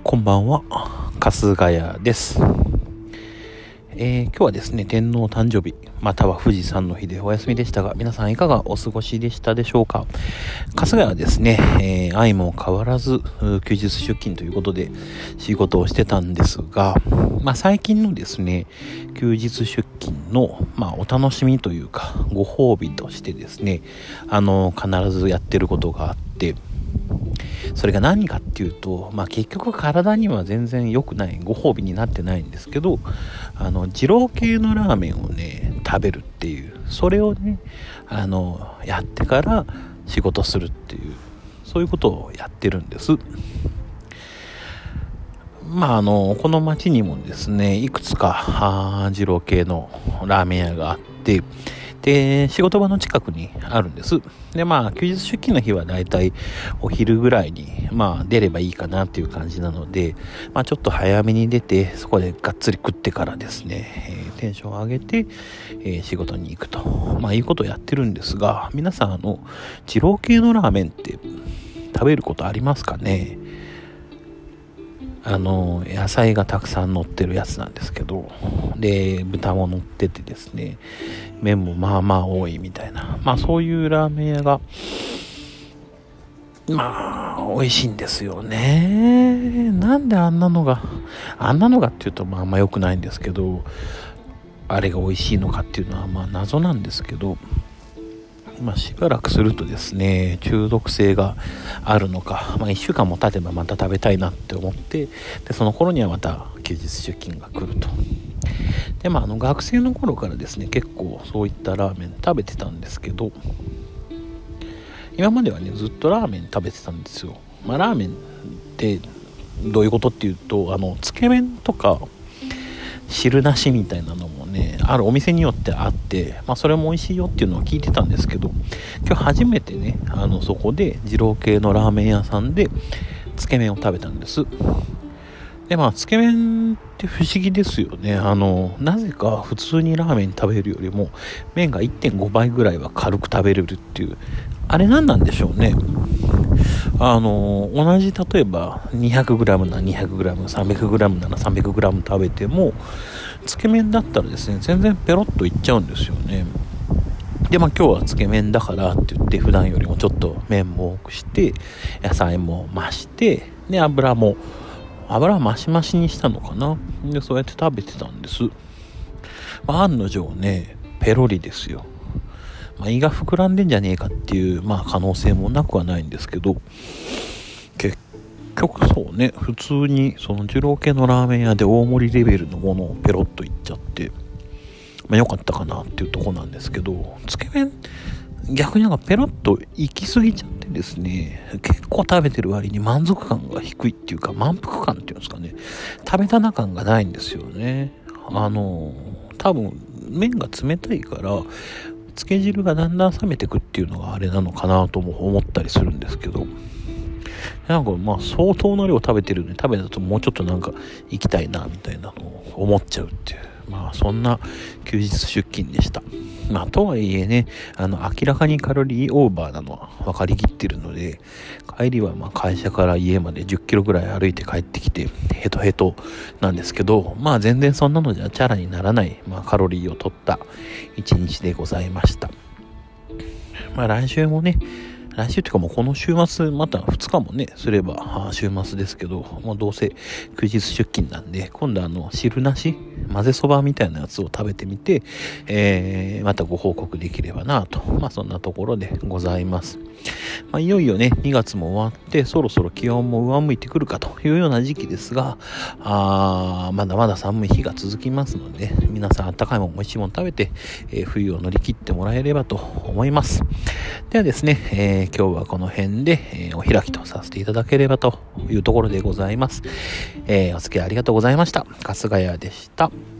こんばんは、春日谷です。今日はですね、天皇誕生日または富士山の日でお休みでしたが、皆さんいかがお過ごしでしたでしょうか。春日谷はですね、相も変わらず休日出勤ということで仕事をしてたんですが、最近のですね休日出勤のお楽しみというかご褒美としてですね、必ずやってることがあって、それが何かっていうと、結局体には全然良くないご褒美になってないんですけど、二郎系のラーメンをね食べるっていう、それをねやってから仕事するっていう、そういうことをやってるんです。この町にもですねいくつか二郎系のラーメン屋があって、で仕事場の近くにあるんです。で休日出勤の日はだいたいお昼ぐらいに出ればいいかなっていう感じなので、ちょっと早めに出てそこでがっつり食ってからですね、テンションを上げて、仕事に行くということをやってるんですが、皆さん二郎系のラーメンって食べることありますかね。野菜がたくさん乗ってるやつなんですけど、で豚も乗っててですね、麺も多いみたいな、そういうラーメン屋が美味しいんですよね。なんであんなのがっていうとあんま良くないんですけど、あれが美味しいのかっていうのは謎なんですけど、しばらくするとですね中毒性があるのか、1週間も経てばまた食べたいなって思って、でその頃にはまた休日出勤が来ると。で学生の頃からですね結構そういったラーメン食べてたんですけど、今まではねずっとラーメン食べてたんですよ。ラーメンってどういうことっていうと、つけ麺とか汁なしみたいなのもねあるお店によってあって、それも美味しいよっていうのを聞いてたんですけど、今日初めてねそこで二郎系のラーメン屋さんでつけ麺を食べたんです。でつけ麺って不思議ですよね。なぜか普通にラーメン食べるよりも麺が 1.5 倍ぐらいは軽く食べれるっていう、あれ何なんでしょうね。同じ例えば 200g なら 200g、300g なら 300g 食べてもつけ麺だったらですね全然ペロッといっちゃうんですよね。で今日はつけ麺だからって言って普段よりもちょっと麺も多くして野菜も増して、で油はマシマシにしたのかな。でそうやって食べてたんです。案の定ねペロリですよ。胃が膨らんでんじゃねえかっていう可能性もなくはないんですけど、結局そうね普通にその二郎系のラーメン屋で大盛りレベルのものをペロッといっちゃって、良かったかなっていうところなんですけど、つけ麺逆にペロッと行き過ぎちゃってですね、結構食べてる割に満足感が低いっていうか満腹感っていうんですかね、食べたな感がないんですよね。多分麺が冷たいからつけ汁がだんだん冷めてくっていうのがあれなのかなとも思ったりするんですけど、相当な量食べてるんで、食べたともうちょっと行きたいなみたいなのを思っちゃうっていう、そんな休日出勤でした。とはいえね明らかにカロリーオーバーなのは分かりきってるので、帰りは会社から家まで10キロぐらい歩いて帰ってきてヘトヘトなんですけど、全然そんなのじゃチャラにならない、カロリーを取った一日でございました。来週もね、来週っていうかもうこの週末また2日もねすれば週末ですけど、どうせ休日出勤なんで今度汁なし混ぜそばみたいなやつを食べてみて、またご報告できればなと、そんなところでございます。いよいよね2月も終わってそろそろ気温も上向いてくるかというような時期ですが、まだまだ寒い日が続きますので、皆さん温かいもん美味しいもん食べて、冬を乗り切ってもらえればと思います。ではですね、今日はこの辺で、お開きとさせていただければというところでございます。お付き合いありがとうございました。春日谷でした。